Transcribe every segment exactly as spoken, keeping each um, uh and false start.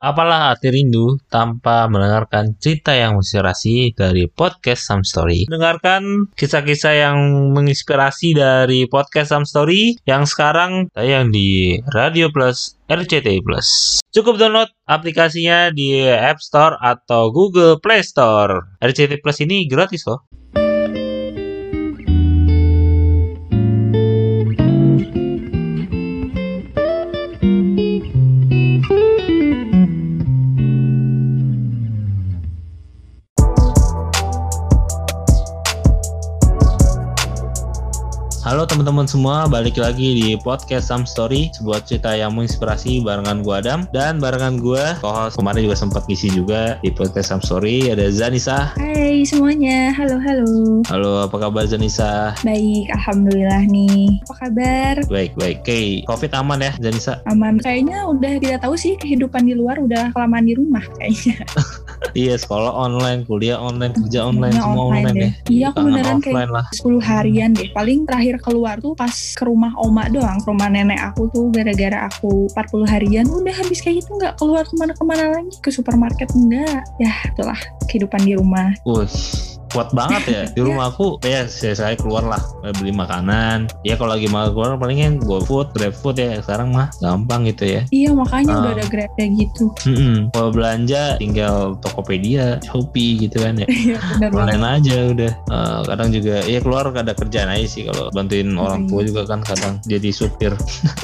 Apalah arti rindu tanpa mendengarkan cerita yang menginspirasi dari podcast Some Story. Dengarkan kisah-kisah yang menginspirasi dari podcast Some Story yang sekarang tayang di Radio Plus R C T I Plus. Cukup download aplikasinya di App Store atau Google Play Store. R C T I Plus ini gratis loh. Halo teman-teman semua, balik lagi di podcast Some Story, sebuah cerita yang menginspirasi barengan gue Adam dan barengan gue co-host kemarin juga sempat ngisi juga di podcast Some Story, ada Zanisa. Hai semuanya, halo halo. Halo, apa kabar Zanisa? Baik, alhamdulillah nih. Apa kabar? Baik baik. Oke, COVID aman ya Zanisa? Aman. Kayaknya udah tidak tahu sih kehidupan di luar udah kelamaan di rumah kayaknya. Iya, sekolah online, kuliah online, kerja online, Semuanya semua online online deh. ya. Iya, aku Kangen beneran offline kayak lah. sepuluh harian deh. Paling terakhir keluar tuh pas ke rumah oma doang, ke rumah nenek aku tuh gara-gara aku empat puluh harian. Udah habis kayak gitu nggak keluar kemana-kemana lagi, ke supermarket enggak. Ya itulah kehidupan di rumah. Wih, kuat banget ya. Di rumah aku ya saya, saya keluar lah beli makanan. Ya kalau lagi mau keluar palingnya GoFood, GrabFood ya. Sekarang mah gampang gitu ya. Iya makanya Ah. udah ada Grab kayak gitu. Mm-mm. Kalau belanja tinggal Tokopedia, Shopee gitu kan ya. Iya benar banget. Online aja udah. Uh, kadang juga ya keluar ada kerjaan aja sih kalau bantuin orang tua juga kan kadang jadi supir.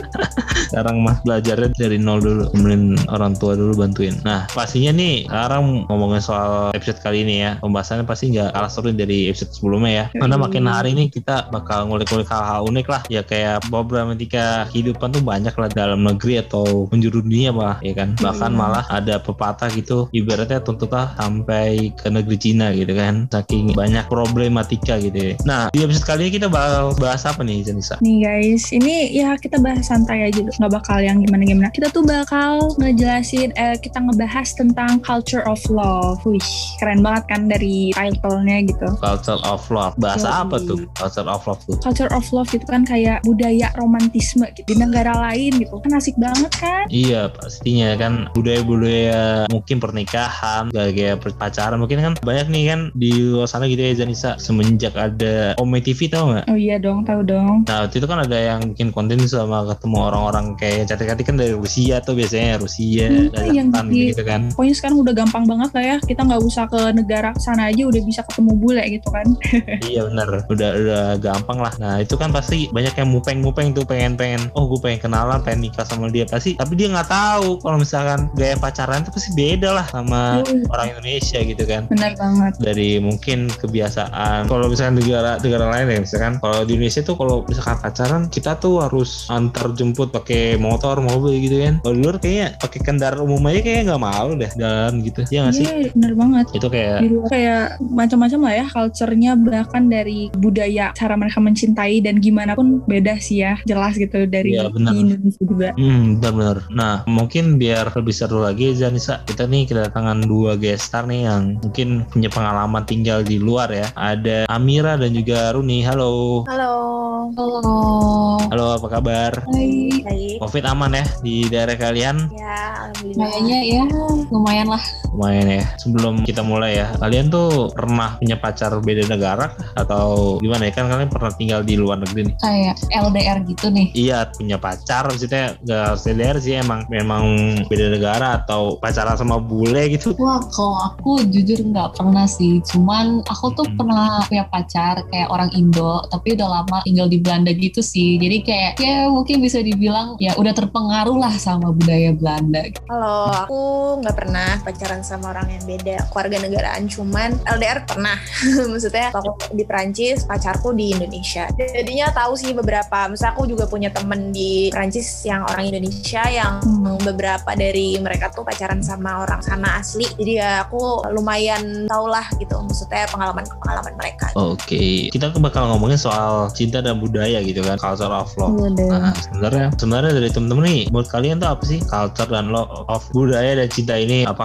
Sekarang mah belajarnya dari nol dulu, temenin orang tua dulu bantuin. Nah pastinya nih sekarang ngomongin soal episode kali ini ya, pembahasannya pasti nggak kalah seru dari episode sebelumnya ya. Karena makin hari ini kita bakal ngulik-ngulik hal-hal unik lah, ya kayak problematika kehidupan tuh banyak lah dalam negeri atau penjuru dunia malah ya kan. Bahkan malah ada pepatah gitu, ibaratnya tuntutlah sampai ke negeri Cina gitu kan, saking banyak problematika gitu ya. Nah di episode kali ini kita bakal bahas apa nih Zanisa? Nih guys, ini ya kita bahas santai aja dulu, nggak bakal yang gimana-gimana. Kita tuh bakal ngejelasin, eh, kita ngebahas tentang culture of love. Wih, keren banget kan dari title-nya gitu. Culture of love. Bahasa Yoi. apa tuh culture of love tuh? Culture of love gitu kan kayak budaya romantisme gitu di negara lain gitu. Kan asik banget kan? Iya pastinya kan, budaya-budaya mungkin pernikahan, gaya pacaran mungkin kan banyak nih kan di luar sana gitu ya Zanisa. Semenjak ada Ome T V tau gak? Oh iya dong, tahu dong. Nah waktu itu kan ada yang bikin konten sama ketemu orang-orang kayak cantik-cantik kan dari Rusia tuh biasanya Rusia, Hmm, dari yang Jepang di- gitu kan. Pokoknya sekarang udah gampang banget lah ya. Kita nggak usah ke negara sana aja udah bisa ketemu bule gitu kan. Iya bener, udah udah gampang lah. Nah itu kan pasti banyak yang mupeng-mupeng tuh pengen-pengen, oh gue pengen kenalan, pengen nikah sama dia pasti. Tapi dia nggak tahu kalau misalkan gaya pacaran itu pasti beda lah sama Hmm. orang Indonesia gitu kan. Benar banget. Dari mungkin kebiasaan, kalau misalkan negara negara lain ya misalkan, kalau di Indonesia tuh kalau misalkan pacaran kita tuh harus antar jemput pakai motor mobil gitu kan. Kalau di luar kayaknya pakai kendaraan umum aja kayaknya nggak malu deh jalan gitu ya nggak sih? Iya, benar banget. Itu kayak Di luar kayak macam-macam lah ya culture-nya, bahkan dari budaya cara mereka mencintai dan gimana pun beda sih ya, jelas gitu dari Iya, benar. di Indonesia juga. Hmm, benar-benar. Nah, mungkin biar lebih seru lagi Zanisa, kita nih kedatangan dua guest star nih yang mungkin punya pengalaman tinggal di luar ya. Ada Amira dan juga Runi. Halo. Halo. Halo. Halo, apa kabar? Hai. Baik. Covid aman ya di daerah kalian? Ya, alhamdulillah. Kayaknya ya lumayan lah. Lumayan ya. Sebelum kita mulai ya, kalian tuh pernah punya pacar beda negara kah? Atau gimana ya? Kan kalian pernah tinggal di luar negeri nih. Kayak L D R gitu nih. Iya, punya pacar, maksudnya nggak harus L D R sih, emang memang beda negara atau pacaran sama bule gitu. Wah, kalau aku jujur nggak pernah sih. Cuman aku tuh Hmm. pernah punya pacar kayak orang Indo, tapi udah lama tinggal di Belanda gitu sih. Jadi kayak ya mungkin bisa dibilang ya udah terpengaruh lah sama budaya Belanda. Kalau aku nggak pernah pacaran sama orang yang beda keluarga negaraan, cuman L D R pernah. Maksudnya aku di Perancis, pacarku di Indonesia. Jadinya tahu sih beberapa. Misalnya aku juga punya temen di Perancis yang orang Indonesia, yang Hmm. beberapa dari mereka tuh pacaran sama orang sana asli. Jadi ya aku lumayan tau lah gitu, maksudnya pengalaman-pengalaman mereka. Oke, kita tuh bakal ngomongin soal cinta dan budaya gitu kan, culture of love. Iya deh. Nah, sebenarnya sebenarnya dari temen-temen nih, menurut kalian tuh apa sih culture dan love of budaya dan cinta ini? Apakah bisa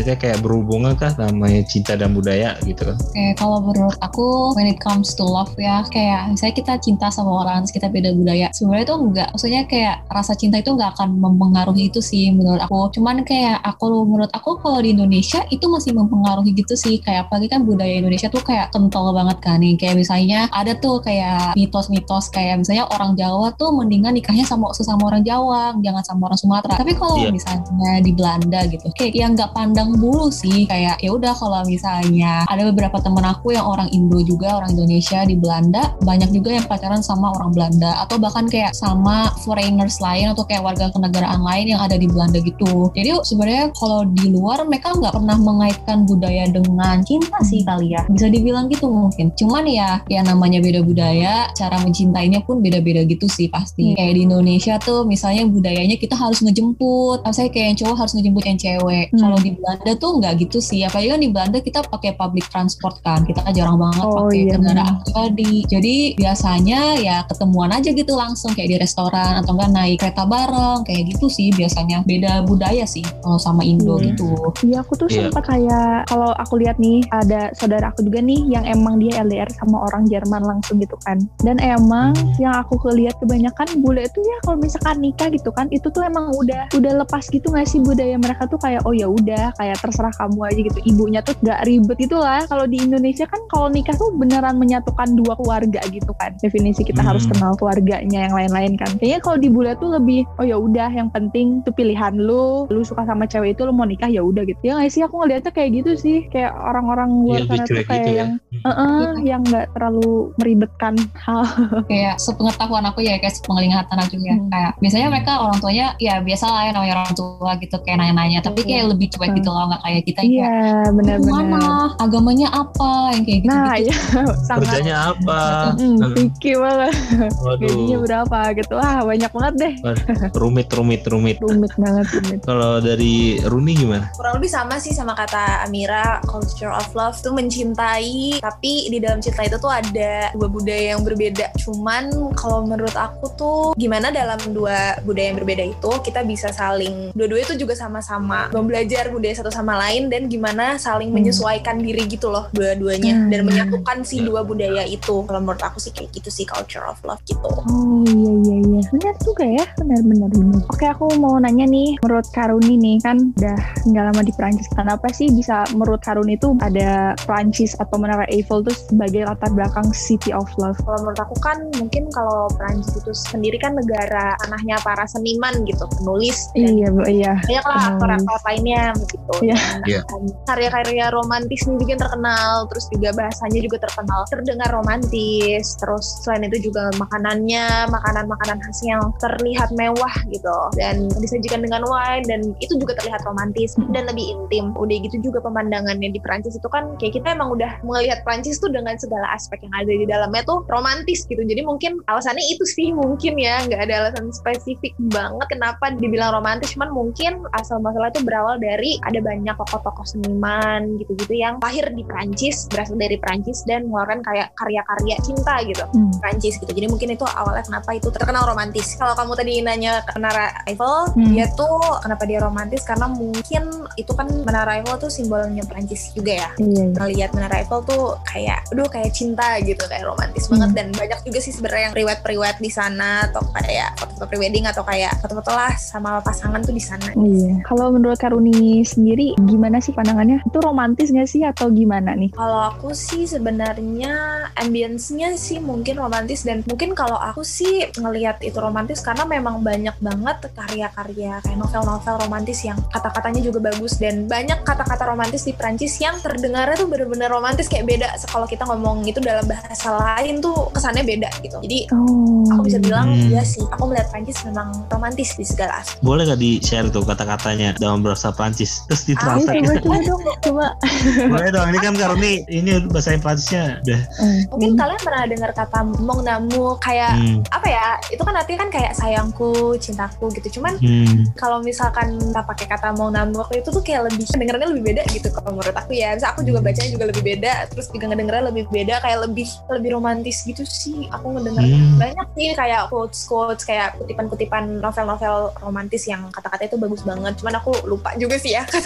maksudnya kayak berhubungan kah namanya cinta dan budaya gitu kan? Kayak kalau menurut aku when it comes to love ya, kayak misalnya kita cinta sama orang terus kita beda budaya, sebenarnya itu enggak, maksudnya kayak rasa cinta itu enggak akan mempengaruhi itu sih menurut aku. Cuman kayak aku menurut aku kalau di Indonesia itu masih mempengaruhi gitu sih, kayak apalagi kan budaya Indonesia tuh kayak kental banget kan nih, kayak misalnya ada tuh kayak mitos-mitos kayak misalnya orang Jawa tuh mendingan nikahnya sama sesama orang Jawa, jangan sama orang Sumatera. Tapi kalau Iya. misalnya di Belanda gitu, kayak yang nggak pandang bulu sih, kayak ya udah kalau misalnya ada beberapa temen aku yang orang Indo juga, orang Indonesia di Belanda, banyak juga yang pacaran sama orang Belanda atau bahkan kayak sama foreigners lain atau kayak warga kenegaraan lain yang ada di Belanda gitu. Jadi sebenarnya kalau di luar mereka nggak pernah mengaitkan budaya dengan cinta sih kali ya, bisa dibilang gitu mungkin. Cuman ya, ya namanya beda budaya, cara mencintainya pun beda-beda gitu sih pasti. Kayak di Indonesia tuh misalnya budayanya kita harus ngejemput, misalnya kayak yang cowok harus ngejemput yang cewek. Hmm. Kalau di Belanda tuh nggak gitu sih, apalagi kan di Belanda kita pakai public transport kan, kita jarang banget Oh, pakai iya, kendaraan pribadi. Jadi biasanya ya ketemuan aja gitu langsung kayak di restoran atau enggak naik kereta bareng kayak gitu sih biasanya. Beda budaya sih kalau sama Indo Iya. gitu. Iya, aku tuh Iya. sempat kayak kalau aku lihat nih ada saudara aku juga nih yang emang dia L D R sama orang Jerman langsung gitu kan. Dan emang Hmm. yang aku lihat kebanyakan bule itu ya kalau misalkan nikah gitu kan, itu tuh emang udah udah lepas gitu nggak sih budaya mereka tuh kayak oh ya udah kayak terserah kamu aja gitu. Ibunya tuh nggak ribet gitu lah. Kalau di Indonesia kan kalau nikah tuh beneran menyatukan dua keluarga gitu kan. Definisi kita Hmm. harus kenal keluarganya yang lain-lain kan. Kayaknya kalau di bule tuh lebih oh ya udah yang penting tuh pilihan lu, lu suka sama cewek itu lu mau nikah ya udah gitu. Ya nggak sih, aku ngeliatnya kayak gitu sih, kayak orang-orang luar Iya, lebih sana tuh cuek kayak gitu ya. yang Heeh, yang nggak terlalu meribetkan hal. Kayak sepengetahuan aku ya, kayak sepenglihatan aku ya, Hmm. kayak biasanya mereka orang tuanya ya biasa lah ya namanya orang tua gitu kayak nanya-nanya, tapi kayak lebih cuek gitu loh, nggak kayak kita yang Iya, kayak benar-benar. mana agamanya apa yang kayak gitu Nah, gitu. ya sangat Kerjanya apa? mm, picky banget. Gajinya Waduh, berapa gitu. Wah, banyak banget deh. rumit, rumit, rumit. Rumit banget, rumit. Kalau dari Runi gimana? Kurang lebih sama sih sama kata Amira, culture of love tuh mencintai, tapi di dalam cinta itu tuh ada dua budaya yang berbeda. Cuman kalau menurut aku tuh gimana dalam dua budaya yang berbeda itu kita bisa saling, dua-duanya itu juga sama-sama belajar budaya satu sama lain dan gimana saling Hmm. menyesuaikan diri gitu loh dua-duanya Hmm. dan menyatukan si dua budaya itu. Kalau menurut aku sih kayak gitu sih culture of love gitu. Oh iya iya iya. Benar juga ya, benar-benar benar. Oke, aku mau nanya nih, menurut Karuni nih kan udah nggak lama di Perancis. Kenapa sih bisa menurut Karuni itu ada Perancis atau Menara Eiffel tuh sebagai latar belakang City of Love? Kalau menurut aku kan mungkin kalau Perancis itu sendiri kan negara tanahnya para seniman gitu, penulis dan Iya, Bu, iya. banyak lah penulis. aktor-aktor lainnya begitu. Iya. Dan, Iya. um, karya-karya romantisnya juga yang terkenal, terus juga bahasanya juga terkenal, terdengar romantis. Terus selain itu juga makanannya, makanan-makanan khas yang terlihat mewah gitu dan disajikan dengan wine dan itu juga terlihat romantis dan lebih intim. Udah gitu juga pemandangannya di Perancis itu kan kayak kita emang udah melihat Perancis tuh dengan segala aspek yang ada di dalamnya tuh romantis gitu. Jadi mungkin alasannya itu sih mungkin ya, nggak ada alasan spesifik banget kenapa dibilang romantis. Cuman mungkin asal masalah itu berawal dari ada banyak tokoh-tokoh seniman gitu-gitu yang lahir di Perancis, berasal dari Perancis dan mengeluarkan kayak karya-karya cinta gitu. Hmm. Perancis gitu. Jadi mungkin itu awalnya kenapa itu terkenal romantis. Kalau kamu tadi nanya ke Menara Eiffel, Hmm. dia tuh kenapa dia romantis? Karena mungkin itu kan Menara Eiffel tuh simbolnya Perancis juga ya. Iya, iya. Ngelihat Menara Eiffel tuh kayak, aduh kayak cinta gitu, kayak romantis Hmm. banget dan banyak juga sih sebenarnya yang riwayat-riwayat di sana atau kayak foto-foto prewedding atau kayak foto-foto lah sama pasangan tuh di sana. Iya. Kalau menurut Karuni sendiri gimana sih pandangannya? Itu romantis nggak sih atau gimana nih? Kalau aku sih sebenarnya ambience-nya sih mungkin romantis dan mungkin kalau aku sih ngelihat itu romantis karena memang banyak banget karya-karya kayak novel-novel romantis yang kata-katanya juga bagus dan banyak kata-kata romantis di Prancis yang terdengarnya tuh bener-bener romantis kayak beda. Kalau kita ngomong itu dalam bahasa lain tuh kesannya beda gitu. Jadi Oh. aku bisa bilang Hmm. iya sih, aku melihat Prancis memang romantis di segala aspek. Boleh gak di-share tuh kata-katanya dalam bahasa Prancis? Terus Ayo, ditranslate. coba coba dong, coba. Boleh dong, ini kan Karuni, ini bahasa Prancisnya udah. Mungkin kalian pernah dengar kata mon amour kayak Hmm. apa ya? Itu kan artinya kan kayak sayangku, cintaku gitu. Cuman Hmm. kalau misalkan kita pakai kata mon amour itu tuh kayak lebih dengarnya lebih beda gitu kalau menurut aku ya. Misal aku juga bacanya juga lebih beda, terus juga ngedengarnya lebih beda, kayak lebih lebih romantis gitu sih. Aku ngedenger Hmm. banyak sih kayak quotes quotes kayak kutipan-kutipan novel-novel romantis yang kata-kata itu bagus banget. Cuman aku lupa juga sih ya kata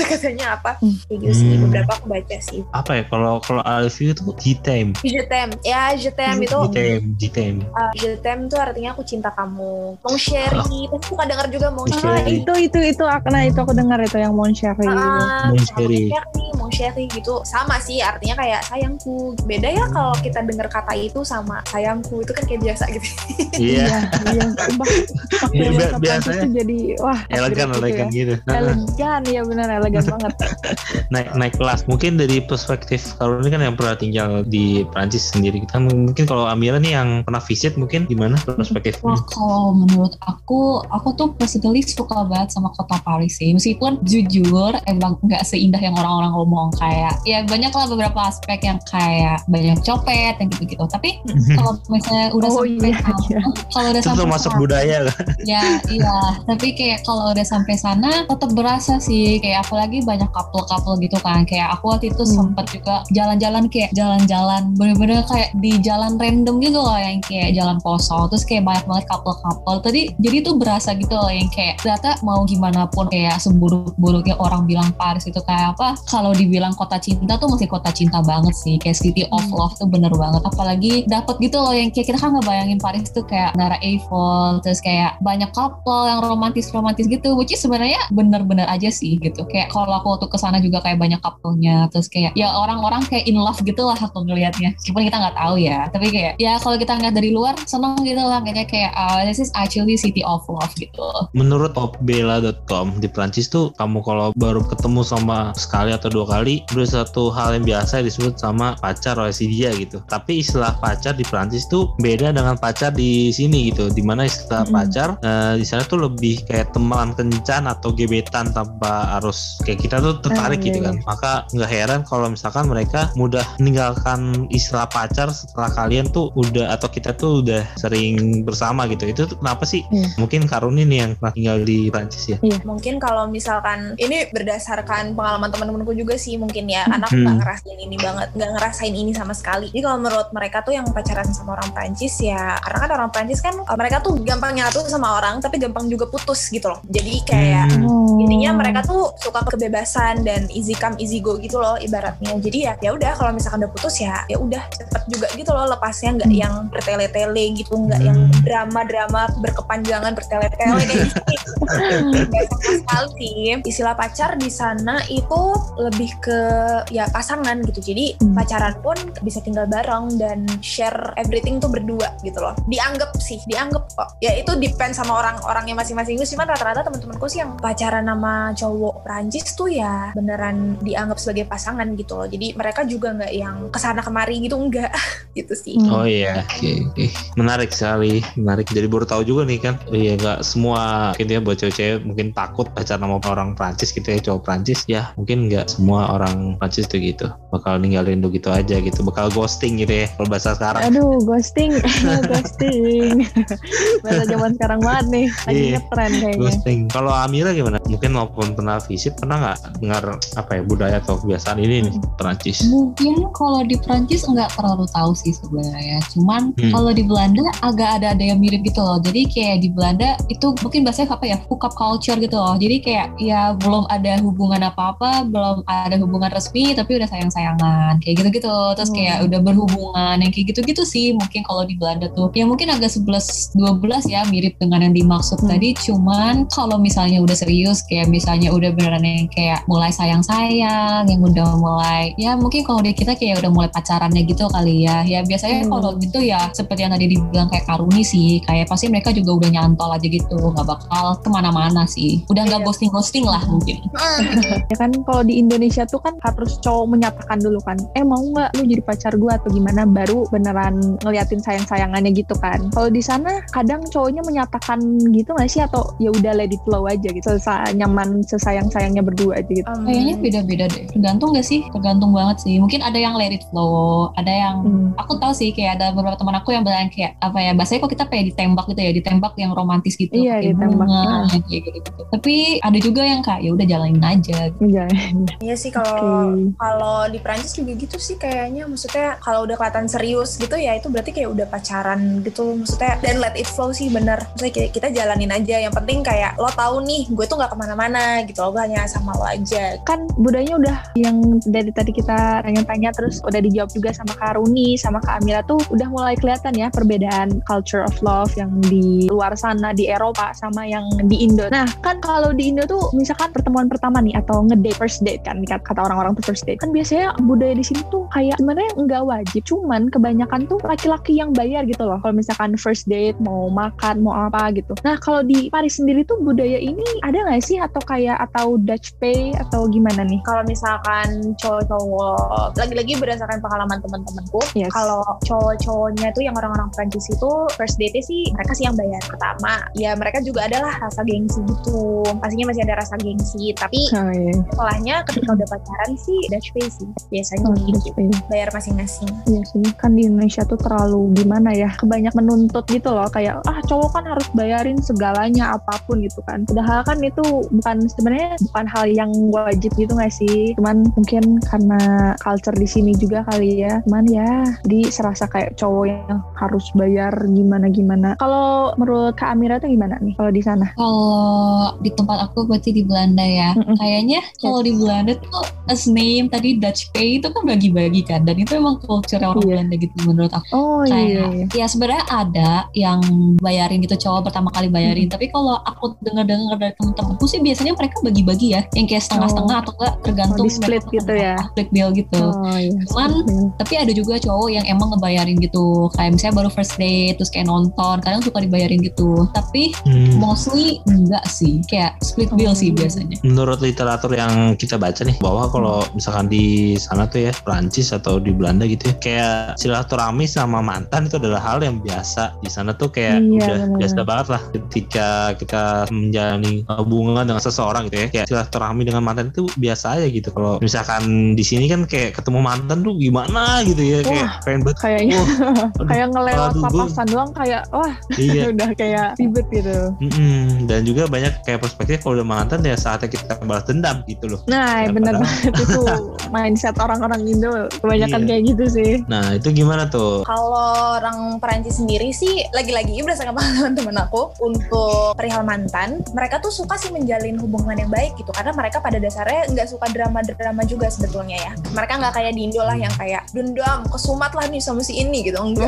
kata-katanya apa. Kayak gitu sih, Hmm. beberapa aku baca sih. Apa ya kalau kalau I love you itu G-Time. Jetem, ya Jetem itu G-Time, G-Time. uh, Jetem tuh artinya aku cinta kamu. Mon chéri, pasti suka dengar juga Mon Mon Ah, Chéri. itu itu itu nah itu aku dengar itu yang Mon Chéri gitu. Ah, Mon sama chéri. chéri, mon chéri gitu sama sih artinya kayak sayangku. Beda ya kalau kita dengar kata itu sama sayangku itu kan kayak biasa gitu. Iya. iya. Sumpah, pakai Iya, bahasa biasanya Prancis tuh jadi wah Elegan, gitu elegan ya. gitu. Elegan, ya benar elegan banget. naik naik kelas. Mungkin dari perspektif kalau ini kan yang pernah tinggal di Prancis sendiri, kita mungkin kalau Amira nih yang pernah visit mungkin gimana perspektifnya? Wah, kalau menurut aku, aku tuh personally suka banget sama kota Paris sih. Meskipun jujur emang nggak seindah yang orang-orang ngomong, kayak ya banyak lah beberapa aspek yang kayak banyak copet dan gitu-gitu. Tapi kalau misalnya udah Oh, sampai iya, sana, iya. kalau udah Itu sampai termasuk sana, budaya kan? ya iya. Tapi kayak kalau udah sampai sana tetap berasa sih, kayak apalagi banyak couple-couple gitu kan. Kayak aku waktu itu Hmm. sempet juga jalan-jalan kayak jalan-jalan bener-bener kayak di jalan random gitu loh, yang kayak jalan kosong, terus kayak banyak banget couple-couple. Tadi jadi tuh berasa gitu loh, yang kayak ternyata mau gimana pun kayak seburuk-buruknya orang bilang Paris itu kayak apa, kalau dibilang kota cinta tuh masih kota cinta banget sih, kayak city of love tuh bener banget. Apalagi dapet gitu loh yang kayak kita kan ngebayangin Paris tuh kayak Menara Eiffel, terus kayak banyak couple yang romantis-romantis gitu, which is sebenarnya bener-bener aja sih gitu. Kayak kalau aku waktu kesana juga kayak banyak couple-nya, terus kayak ya orang-orang kayak in love gitu lah aku ngelihatnya, meskipun kita nggak tahu ya, tapi kayak ya kalau kita ngeliat dari luar seneng gitu lah, kayaknya kayak uh, this is actually city of love gitu. Menurut opbella dot com di Prancis tuh, kamu kalau baru ketemu sama sekali atau dua kali udah satu hal yang biasa disebut sama pacar oleh si dia gitu. Tapi istilah pacar di Prancis tuh beda dengan pacar di sini gitu, dimana istilah Mm-mm. pacar eh, di sana tuh lebih kayak teman kencan atau gebetan tanpa harus kayak kita tuh tertarik Ah, gitu iya, kan. Maka nggak heran kalau misalkan mereka mudah meninggalkan istilah pacar setelah kalian tuh udah atau kita tuh udah sering bersama gitu. Itu tuh kenapa sih? Iya. Mungkin Karuni nih yang pernah tinggal di Prancis ya. Mungkin kalau misalkan ini berdasarkan pengalaman teman-temanku juga sih mungkin ya, anak Hmm. nggak ngerasain ini banget, nggak ngerasain ini sama sekali. Jadi kalau menurut mereka tuh yang pacaran sama orang Prancis ya, karena kan orang Prancis kan uh, mereka tuh gampang nyatu sama orang tapi gampang juga putus gitu loh. Jadi kayak Hmm. Oh. intinya mereka tuh suka kebebasan dan easy come easy go gitu loh ibaratnya. Jadi ya ya udah kalau misalkan udah putus ya ya udah cepet juga gitu loh lepasnya, nggak yang bertele-tele gitu, nggak yang drama-drama berkepanjangan bertele-tele kayak gitu. Nggak sama sekali sih. Istilah pacar di sana itu lebih ke ya pasangan gitu. Jadi Hmm. pacaran pun bisa tinggal bareng dan share everything tuh berdua gitu loh. Dianggap sih, dianggap kok. Ya itu depend sama orang-orangnya masing-masing. Cuman rata-rata teman-temanku sih yang pacaran sama cowok Prancis tuh ya beneran dianggap sebagai pasangan gitu loh. Jadi mereka juga nggak yang kesana kemari gitu, enggak gitu sih. Hmm. Oh iya, oke, oke. Menarik sekali, menarik. Jadi baru tahu juga nih kan, iya nggak semua mungkin ya buat cewek-cewek mungkin takut pacaran sama orang Prancis gitu ya, cowok Prancis ya mungkin nggak semua orang Prancis tuh gitu, bakal ninggalin lu gitu aja gitu, bakal ghosting gitu ya kalau bahasa sekarang. Aduh, ghosting, ghosting. Bahasa zaman sekarang banget nih, lagi Iya. ngetren kayaknya. Ghosting. Kalau Amira gimana? Mungkin maupun pernah visit, pernah nggak dengar apa ya budaya atau kebiasaan ini nih Prancis? Mungkin kalau di Prancis nggak terlalu tahu sih sebenarnya. Cuman Hmm. kalau di Belanda agak ada ada yang mirip gitu loh. Jadi kayak di Belanda itu mungkin bahasanya apa ya, hookup culture gitu loh. Jadi kayak ya belum ada hubungan apa-apa, belum ada hubungan resmi, tapi udah sayang-sayangan kayak gitu-gitu. Terus kayak Hmm. udah berhubungan yang kayak gitu-gitu sih. Mungkin kalau di Belanda tuh ya mungkin agak sebelas dua belas ya, mirip dengan yang dimaksud Hmm. tadi. Cuman kalau misalnya udah serius, kayak misalnya udah beneran yang kayak mulai sayang-sayang, yang udah mulai ya mungkin kalau di kita kayak udah mulai pacarannya gitu kali ya. Ya biasanya Hmm. kalau gitu ya seperti yang tadi dibilang kayak Karuni sih, kayak pasti mereka juga udah nyantol aja gitu, nggak bakal kemana-mana sih. Udah nggak Iya. ghosting-ghosting lah mungkin. Ya kan kalau di Indonesia tuh kan harus cowok menyatakan dulu kan, eh mau nggak lu jadi pacar gue atau gimana, baru beneran ngeliatin sayang-sayangannya gitu kan. Kalau di sana kadang cowoknya menyatakan gitu nggak sih, atau ya udah let it flow aja gitu, Sesa- nyaman sesayang-sayangnya berdua aja gitu. Um, Kayaknya beda-beda deh. Tergantung gak sih? Tergantung banget sih. Mungkin ada yang let it flow, ada yang Hmm. aku tahu sih kayak ada beberapa teman aku yang bilang kayak apa ya, bahasanya kok kita kayak ditembak gitu ya, ditembak yang romantis gitu, Iya, pakai ditembak. bunga Nah. yang kayak gitu-gitu. Tapi ada juga yang kayak ya udah jalanin aja. Jangan. Iya sih, kalau Oke. kalau di Prancis juga gitu sih kayaknya. Maksudnya kalau udah kelihatan serius gitu ya itu berarti kayak udah pacaran gitu. Maksudnya dan let it flow sih bener. Maksudnya kita, kita jalanin aja. Yang penting kayak lo tahu nih gue tuh nggak kemana-mana gitu. Gue hanya sama lo aja. Kan budayanya udah yang dari tadi kita tanya-tanya terus udah dijawab juga sama Kak Runi sama Kak Amira tuh udah mulai kelihatan ya perbedaan culture of love yang di luar sana di Eropa sama yang di Indo. Nah kan kalau di Indo tuh misalkan pertemuan pertama nih atau ngedate first date kan kata orang-orang tuh first date kan biasanya budaya di sini tuh kayak sebenarnya nggak wajib, cuman kebanyakan tuh laki-laki yang bayar gitu loh kalau misalkan first date mau makan mau apa gitu. Nah kalau di Paris sendiri tuh budaya ini ada nggak sih atau kayak atau Dutch pay atau gimana nih? Kalau misalkan cowok-cowok, lagi-lagi berdasarkan pengalaman teman-temanku, Yes. kalau cowok-cowoknya tuh yang orang-orang Prancis itu first date sih mereka sih yang bayar pertama. Ya mereka juga adalah rasa gengsi gitu, pastinya masih ada rasa gengsi. Tapi Oh, iya. setelahnya ketika udah pacaran sih Dutch pay sih biasanya Oh, gitu, Dutch pay. bayar masing-masing. Iya sih, kan di Indonesia tuh terlalu gimana ya, kebanyak menuntut gitu loh, kayak ah cowok kan harus bayarin segalanya apapun gitu kan. Padahal kan itu bukan sebenarnya bukan hal yang wajib gitu nggak sih? Cuman mungkin karena culture di sini juga kali ya. Cuman ya, jadi serasa kayak cowok yang harus bayar gimana-gimana. Kalau menurut Kak Amira tuh gimana nih kalau di sana? Kalau di tempat aku berarti di Belanda ya. Mm-mm. Kayaknya kalau di Belanda tuh as name tadi Dutch pay itu kan bagi-bagi kan, dan itu emang culture orang Iya. Belanda gitu menurut aku. Oh Kayak iya. ya sebenarnya ada yang bayarin gitu, cowok pertama kali bayarin. Mm-mm. Tapi kalau aku dengar-dengar dari temen-temenku sih biasanya mereka bagi-bagi ya, yang kayak setengah-setengah atau enggak tergantung Oh, di split mereka gitu mau ya? apa, split bill gitu. Oh iya. Cuman tapi ada juga cowok yang emang ngebayarin gitu, kayak misalnya baru first date terus kayak nonton, kadang suka dibayarin gitu. Tapi Hmm. mostly enggak sih, kayak split bill Oh. sih biasanya. Menurut literatur yang kita baca nih, bahwa kalau misalkan di sana tuh ya, Prancis atau di Belanda gitu ya, kayak silaturahmi sama mantan itu adalah hal yang biasa. Di sana tuh kayak Iya, udah benar-benar. biasa banget lah ketika kita menjalani hubungan dengan seseorang gitu ya. Kayak silaturahmi dengan mantan itu biasa aja gitu. Kalau misalkan di sini kan kayak ketemu mantan tuh gimana gitu ya, kayak pengen banget. Kayaknya Wah, kayak ngelewat aduh, gua- papasan doang kayak wah iya. udah kayak ribet gitu. Mm-mm. Dan juga banyak kayak perspektif kalau udah mantan ya saatnya kita balas dendam gitu loh. Nah, Ya, bener padahal- banget itu mindset orang-orang Indo kebanyakan Iya. kayak gitu sih. Nah itu gimana tuh? Kalau orang Perancis sendiri sih lagi-lagi berdasarkan pengalaman temen aku untuk perihal mantan, mereka tuh suka sih menjalin hubungan yang baik gitu karena mereka pada dasarnya nggak suka drama-drama juga sebetulnya ya. Mereka nggak kayak di Indo lah yang kayak dendam, kesumat lah nih sama si ini gitu, enggak.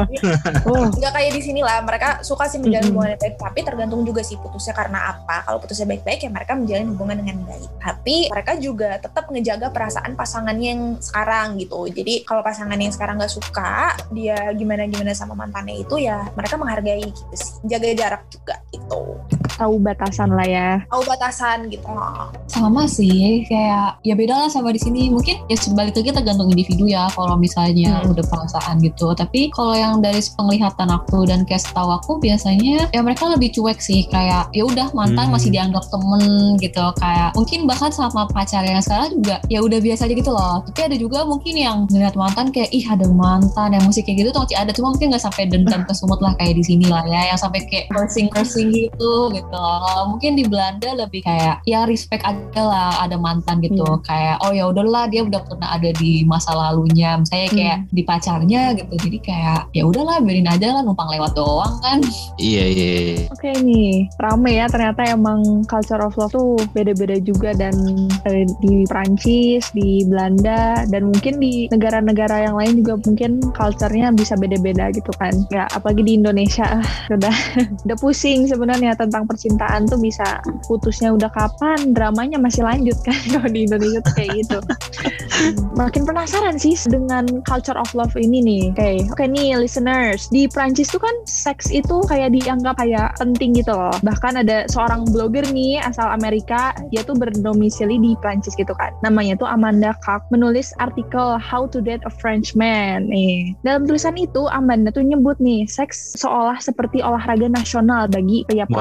Oh, Nggak kayak di sini lah, mereka suka sih menjalin Mm-mm. hubungan yang baik, tapi tergantung juga sih putusnya karena apa. Kalau putusnya baik-baik ya mereka menjalin hubungan dengan baik. Tapi mereka juga tetap ngejaga perasaan pasangannya yang sekarang gitu. Jadi kalau pasangan yang sekarang nggak suka, dia gimana-gimana sama mantannya itu ya mereka menghargai gitu sih. Jaga jarak juga gitu. tahu batasan lah ya. Tahu batasan gitu. Sama sih, kayak ya beda lah sama di sini. Mungkin ya sebalik lagi tergantung individu ya. Kalau misalnya Hmm. udah perasaan gitu. Tapi kalau yang dari penglihatan aku dan kayak setahu aku biasanya ya mereka lebih cuek sih. Kayak ya udah mantan Hmm. masih dianggap temen gitu. Kayak mungkin bahkan sama pacar yang sekarang juga ya udah biasa aja gitu loh. Tapi ada juga mungkin yang ngeliat mantan kayak ih ada mantan yang musik kayak gitu tuh masih ada. Cuma mungkin nggak sampai dendam kesumut lah kayak di sini lah ya. Yang sampai kayak cursing-cursing gitu gitu. Kalau mungkin di Belanda lebih kayak ya respect aja lah ada mantan gitu. Hmm. Kayak oh ya udahlah dia udah pernah ada di masa lalunya. Misalnya kayak Hmm. di pacarnya gitu. Jadi kayak ya udahlah biarin aja lah numpang lewat doang kan. Iya iya. iya. Oke nih, rame ya ternyata emang culture of love tuh beda-beda juga dan eh, di Prancis, di Belanda, dan mungkin di negara-negara yang lain juga mungkin culture-nya bisa beda-beda gitu kan. Ya apalagi di Indonesia, ah, udah udah pusing sebenarnya tentang percintaan tuh bisa putusnya udah kapan, dramanya masih lanjut kan kalau di Indonesia tuh kayak gitu. Makin penasaran sih dengan culture of love ini nih. Oke, oke nih listeners, di Prancis tuh kan seks itu kayak dianggap kayak penting gitu loh. Bahkan ada seorang blogger nih asal Amerika, dia tuh berdomisili di Prancis gitu kan. Namanya tuh Amanda Kak, menulis artikel How to Date a French Man. Nih, dalam tulisan itu Amanda tuh nyebut nih, seks seolah seperti olahraga nasional bagi pria Waduh. Prancis.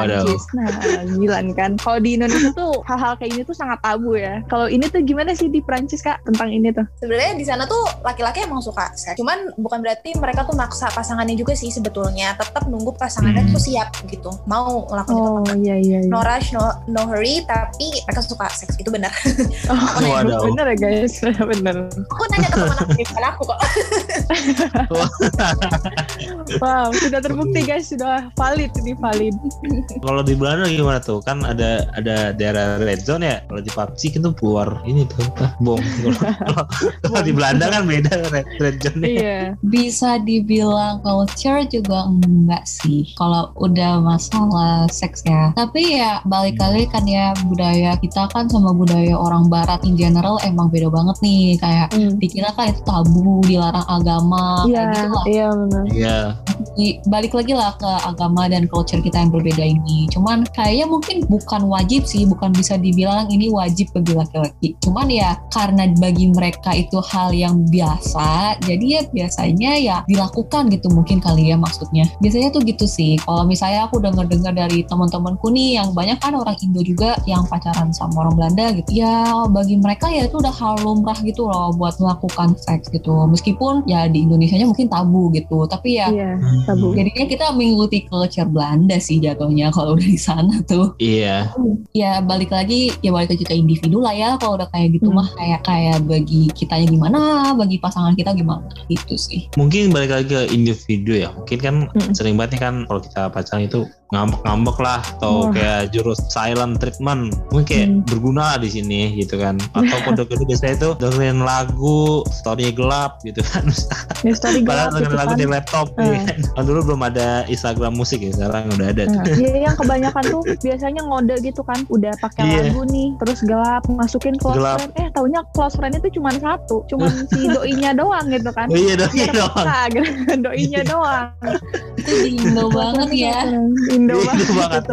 Nah, gila nih kan. Kalau di Indonesia tuh hal-hal kayak ini tuh sangat tabu ya. Kalau ini tuh gimana sih di Prancis Kak tentang ini tuh? Sebenarnya di sana tuh laki-laki emang suka seks. Cuman bukan berarti mereka tuh maksa pasangannya juga sih sebetulnya. Tetap nunggu pasangannya Hmm. tuh siap gitu. Mau ngelakuin itu Oh apa. iya iya. iya. No rush, no, no hurry, tapi mereka suka seks. Itu benar. Oh, Waduh. bener ya guys, bener. Aku nanya ke teman aku, bukan aku kok. Wow, sudah terbukti guys, sudah valid ini valid. Kalau di Belanda gimana tuh? Kan ada ada daerah red zone ya. Kalau di P U B G kan tuh keluar ini tuh ah, bom. Kalau kalau di Belanda kan beda red, red zone. Iya. Bisa dibilang culture juga enggak sih kalau udah masalah seks ya. Tapi ya balik lagi kan ya, budaya kita kan sama budaya orang barat in general emang beda banget nih. Kayak Hmm. di kita kan itu tabu, dilarang agama, Iya, kayak gitu lah. iya benar. Iya. Di- balik lagi lah ke agama dan culture kita yang berbeda ini. Cuman kayaknya mungkin bukan wajib sih, bukan bisa dibilang ini wajib bagi laki-laki. Cuman ya karena bagi mereka itu hal yang biasa, jadi ya biasanya ya dilakukan gitu mungkin kali ya maksudnya. Biasanya tuh gitu sih. Kalau misalnya aku dengar-dengar dari teman-temanku nih yang banyak kan orang Indo juga yang pacaran sama orang Belanda gitu. Ya bagi mereka ya itu udah hal lumrah gitu loh buat melakukan seks gitu. Meskipun ya di Indonesianya mungkin tabu gitu. Tapi ya Iya, tabu. jadinya kita mengikuti culture Belanda sih jatuhnya kalau udah di sana tuh. Iya. Ya balik lagi, ya balik lagi ke individu lah ya. Kalau udah kayak gitu Hmm. mah kayak kayak bagi kitanya gimana, bagi pasangan kita gimana gitu sih. Mungkin balik lagi ke individu ya. Mungkin kan Mm. sering banget nih kan kalau kita pacaran itu ngambek-ngambek lah atau Wah. kayak jurus silent treatment. Mungkin kayak Hmm. berguna di sini gitu kan. Atau kode-kode biasanya itu dengerin lagu, story gelap gitu kan. Ya, story Padahal gelap dengerin gitu lagu kan. di laptop Hmm. ya kan. Kan dulu belum ada Instagram musik ya, sekarang udah ada tuh. Nah, iya yang kebanyakan tuh biasanya ngode gitu kan, udah pakai Iya. lagu nih, terus gelap masukin close Gelap. friend, eh taunya close friend itu cuma satu, cuma si doinya doang gitu kan. Oh iya dong, iya Biar dong. peka gitu, doinya doang. Itu di Indo banget ya. Indo Iya, banget Indo banget. gitu.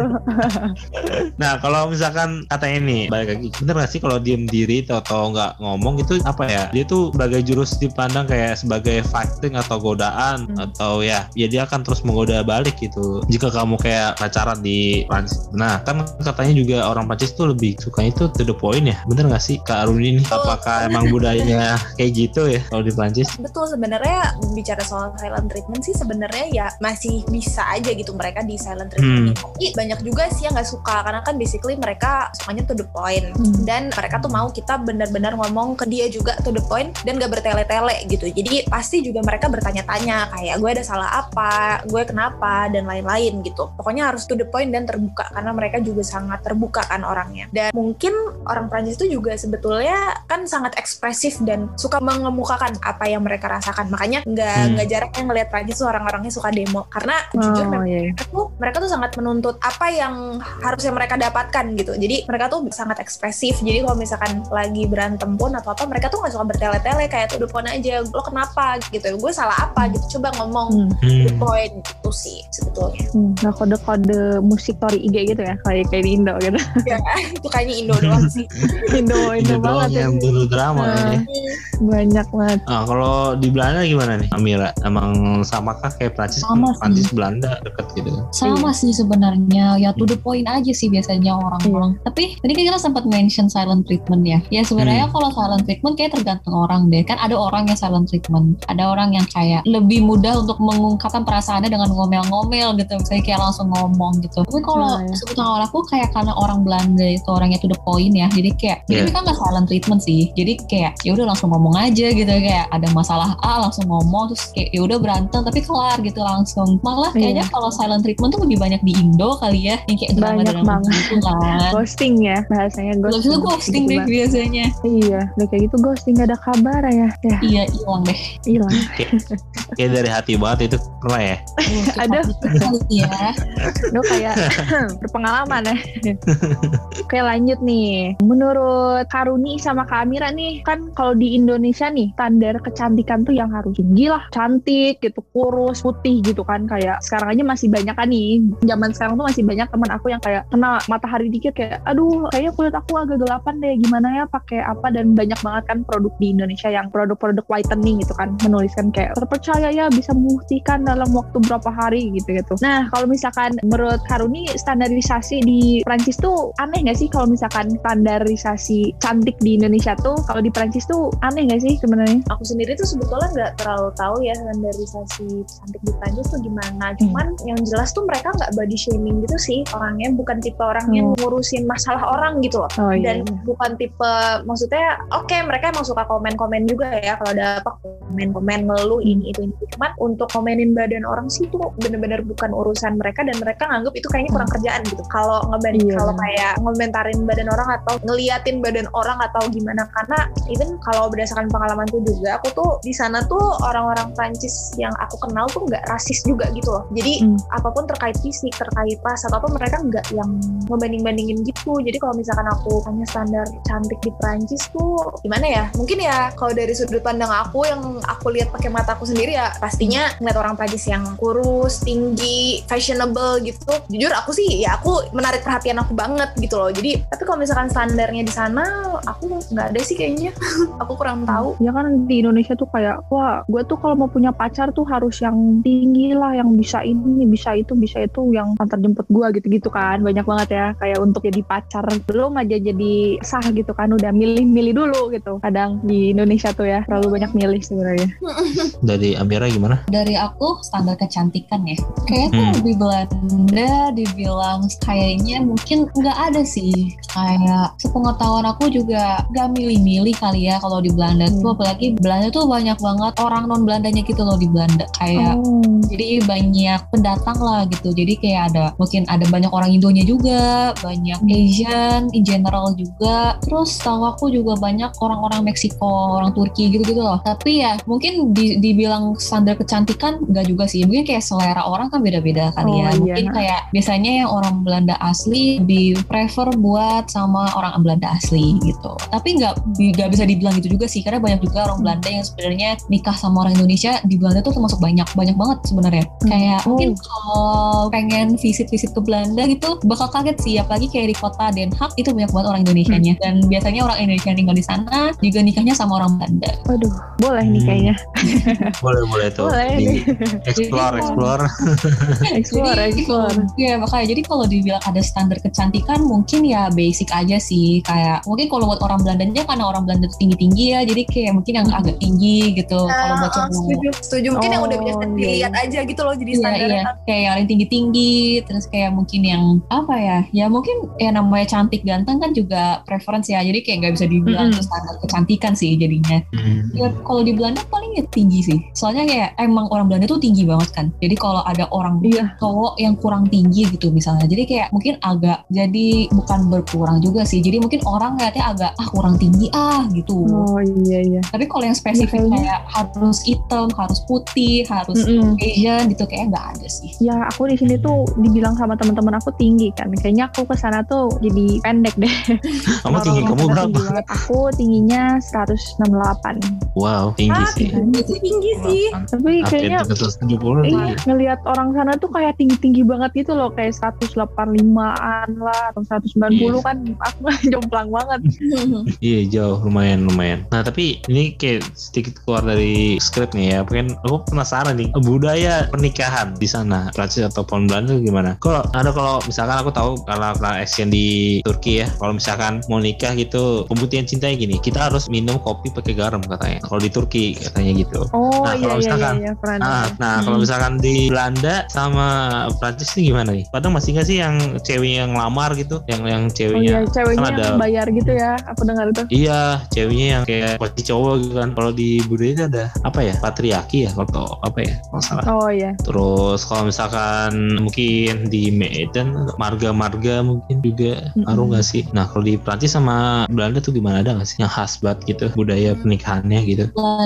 Nah kalau misalkan katanya nih balik lagi, bener gak sih kalau diem diri atau, atau nggak ngomong itu apa ya, dia tuh sebagai jurus dipandang kayak sebagai fighting atau godaan Hmm. atau ya ya dia akan terus menggoda balik gitu jika kamu kayak pacaran di Prancis. Nah kan katanya juga orang Prancis tuh lebih suka itu to the point ya, bener gak sih Kak Aruni ini? Apakah emang budayanya kayak gitu ya kalau di Prancis? Betul, sebenarnya bicara soal silent treatment sih sebenarnya ya masih bisa aja gitu mereka di silent treatment. Hmm. Tapi banyak juga sih yang nggak suka karena kan basically mereka sukanya to the point. Hmm. Dan mereka tuh mau kita benar-benar ngomong ke dia juga to the point dan gak bertele-tele gitu. Jadi pasti juga mereka bertanya-tanya kayak gue ada salah apa, gue kenapa dan lain-lain gitu. Pokoknya harus to the point dan terbuka karena mereka juga sangat terbuka kan orangnya. Dan mungkin orang Prancis itu juga sebetulnya kan sangat ekspresif dan suka mengemukakan apa yang mereka rasakan. Makanya nggak Hmm. nggak jarang yang ngelihat Prancis tuh orang-orangnya suka demo karena Oh, jujur memang iya. mereka tuh mereka tuh sangat menuntut apa yang harusnya mereka dapatkan gitu. Jadi mereka tuh sangat ekspresif. Jadi kalau misalkan lagi berantem pun atau apa, mereka tuh nggak suka bertele-tele kayak tuh the point aja. Lo kenapa gitu? Gue salah apa gitu? Coba ngomong Hmm. the Hmm. point gitu sih sebetulnya. Hmm, nah kode-kode musik story I G gitu ya, kayak kayak di Indo gitu. Ya, itu kayaknya Indo doang sih. Indo, Indo Ini doang banget ya. yang dulu drama Nah. ya. Banyak banget. Nah, kalau di Belanda gimana nih Amira? Emang samakah kayak Prancis? Sama sih. Prancis Belanda deket gitu. Sama sih sebenarnya, ya to the point aja sih biasanya orang-orang. Tapi tadi kan kita sempat mention silent treatment ya. Ya sebenarnya Hmm. kalau silent treatment kayak tergantung orang deh. Kan ada orang yang silent treatment, ada orang yang kayak lebih mudah untuk mengungkapkan perasaannya dengan ngomel-ngomel gitu. Misalnya kayak langsung ngomong gitu. Tapi kalau Nah, ya. sepengetahuan aku kayak karena orang Belanda itu orangnya to the point ya. Jadi kayak, Yeah. jadi kan nggak silent treatment sih. Jadi kayak ya udah langsung ngomong aja gitu, kayak ada masalah A langsung ngomong, terus kayak ya udah berantem tapi kelar gitu langsung. Malah kayaknya Iya. kalau silent treatment tuh lebih banyak di Indo kali ya, yang kayak Banyak drama-drama banget. gitu kan. Ghosting ya bahasanya, Kalau ghosting. itu ghosting Gitu deh banget. biasanya. Iya, udah kayak gitu ghosting, gak ada kabar ya. Ya, Iya hilang deh. hilang. Kayak dari hati banget itu pernah ya. Aduh. ya. Lu kayak berpengalaman ya. Oke lanjut nih. Menurut Karuni sama Kak Amira nih, kan kalau di Indonesia nih standar kecantikan tuh yang harus tinggi lah, cantik gitu, kurus, putih gitu kan. Kayak sekarang aja masih banyak kan nih zaman sekarang tuh masih banyak teman aku yang kayak kena matahari dikit kayak aduh kayaknya kulit aku agak gelapan deh, gimana ya pakai apa, dan banyak banget kan produk di Indonesia yang produk-produk whitening gitu kan menuliskan kayak terpercaya ya bisa memutihkan dalam waktu berapa hari gitu-gitu. Nah kalau misalkan menurut Haruni standarisasi di Prancis tuh aneh gak sih? Kalau misalkan standarisasi cantik di Indonesia tuh kalau di Prancis tuh aneh gak sih sebenarnya? Aku sendiri tuh sebetulnya nggak terlalu tahu ya standarisasi cantik di Prancis tuh gimana. Cuman hmm. yang jelas tuh mereka nggak body shaming gitu sih orangnya, bukan tipe orang yang ngurusin masalah orang gitu loh. Oh, dan iya. bukan tipe, maksudnya oke okay, mereka emang suka komen-komen juga ya kalau ada apa komen-komen ngeluh ini itu ini. Cuman untuk komenin badan orang sih tuh bener-bener bukan urusan mereka, dan mereka nganggep itu kayaknya kurang kerjaan gitu. Kalau ngebanding iya. kalau kayak ngomentarin badan orang atau ngeliatin badan orang atau gimana, karena even kalau berdasarkan pengalamanku juga, aku tuh di sana tuh orang-orang Prancis yang aku kenal tuh nggak rasis juga gitu loh. Jadi hmm. apapun terkait fisik, terkait ras atau apa, mereka nggak yang ngebanding-bandingin gitu. Jadi kalau misalkan aku tanya standar cantik di Prancis tuh gimana ya? Mungkin ya kalau dari sudut pandang aku yang aku lihat pakai mataku sendiri ya pastinya ngeliat orang Prancis yang kurus, tinggi, fashionable gitu. Jujur aku sih ya aku menarik perhatian aku banget gitu loh. Jadi tapi kalau misalkan standarnya di sana aku nggak ada sih kayaknya. Aku kurang tahu. Ya kan di Indonesia tuh kayak wah gue tuh kalau mau punya pacar tuh harus yang tinggi lah, yang bisa ini, bisa itu, bisa itu, yang antar jemput gue gitu-gitu kan. Banyak banget ya kayak untuk jadi pacar belum aja jadi sah gitu kan, udah milih-milih dulu gitu. Kadang di Indonesia tuh ya terlalu banyak milih sebenarnya. Dari Amira gimana? Dari aku standar kecantikan ya kayaknya tuh hmm. di Belanda dibilang kayaknya mungkin nggak ada sih. Kayak sepengetahuan aku juga nggak milih-milih kali ya kalau di Belanda hmm. tuh, apalagi Belanda tuh banyak banget orang non Belandanya gitu loh di Belanda kayak oh. jadi banyak pendatang lah gitu. Jadi kayak ada mungkin ada banyak orang Indonya juga, banyak Asian in general juga. Terus tahu aku juga banyak orang-orang Meksiko, orang Turki gitu-gitu loh. Tapi ya mungkin di, dibilang standar kecantikan nggak juga sih. Mungkin kayak selera orang kan beda-beda kali oh, ya. Iya. Mungkin kayak biasanya yang orang Belanda asli lebih prefer buat sama orang Belanda asli gitu. Tapi nggak nggak bisa dibilang gitu juga sih, karena banyak juga orang Belanda yang sebenarnya nikah sama orang Indonesia di Belanda tuh termasuk banyak banyak banget sebenarnya. Hmm. Kayak oh. mungkin kalau pengen visit-visit ke Belanda gitu bakal kaget sih, apalagi kayak di kota Den Haag itu banyak banget orang Indonesianya. Hmm. Dan biasanya orang Indonesia yang tinggal di sana juga nikahnya sama orang Belanda. Waduh, boleh nih hmm. kayaknya. boleh boleh tuh. Boleh di explore explore. explore explore. Iya makanya jadi kalau dibilang ada standar kecantikan mungkin ya basic aja sih. Kayak mungkin kalau buat orang Belandanya karena orang Belanda tuh tinggi-tinggi ya, jadi kayak mungkin yang agak tinggi gitu. Nah, kalau buat cowok setuju, setuju mungkin oh, yang udah biasa dilihat iya. aja gitu loh jadi iya, standar iya. Kayak yang tinggi-tinggi, terus kayak mungkin yang apa ya ya mungkin ya namanya cantik ganteng kan juga preference ya, jadi kayak nggak bisa dibilang mm-hmm. standar kecantikan sih jadinya. Mm-hmm. Ya kalau di Belanda paling ya tinggi sih, soalnya kayak emang orang Belanda tuh tinggi banget kan, jadi kalau ada orang iya. cowok yang kurang tinggi gitu misalnya, jadi kayak mungkin agak jadi bukan berkurang juga sih, jadi mungkin orang ngeliatnya agak ah kurang tinggi ah gitu. Oh iya iya. Tapi kalau yang spesifik ya, kayak harus hitam, harus putih, harus mm-mm. Asian gitu kayak nggak ada sih. Ya aku di sini tuh dibilang sama teman-teman aku tinggi kan, kayaknya aku kesana tuh jadi pendek deh. Kamu tinggi kamu berapa? Tinggi aku tingginya seratus enam puluh delapan. Wow tinggi ah, sih. Tinggi, tinggi sih. Tapi kayaknya seratus tujuh puluh eh, ngelihat orang sana tuh kayak tinggi-tinggi banget gitu loh, kayak seratus delapan puluh limaan lah atau seratus sembilan puluh yeah. kan aku jomplang banget. Iya jauh lumayan lumayan. Nah tapi ini kayak sedikit keluar dari skrip nih ya. Mungkin aku penasaran nih budaya pernikahan di sana Prancis ataupun Belanda gimana? Kalau ada kalau misalkan aku tahu kalau Asian di Turki ya, kalau misalkan mau nikah gitu pembuktian cintanya gini, kita harus minum kopi pakai garam katanya. Kalau di Turki katanya gitu. Oh nah, iya kalau misalkan, iya iya. Nah, nah hmm. kalau misalkan di Belanda sama Prancis ini gimana nih? Padahal masih nggak sih yang ceweknya yang lamar gitu, yang yang ceweknya? Oh iya ceweknya kan yang ada, bayar gitu ya, aku dengar itu. Iya ceweknya yang kayak pasti cowok gitu kan. Kalau di budaya itu ada apa ya? Patriarki ya kalau apa ya? Kalau salah. Oh iya. Terus kalau misalkan mungkin di Medan marga-marga mungkin juga ngaruh nggak sih? Nah kalau di Prancis sama Belanda tuh gimana, ada nggak sih yang khas banget gitu budaya pernikahannya gitu? Belanda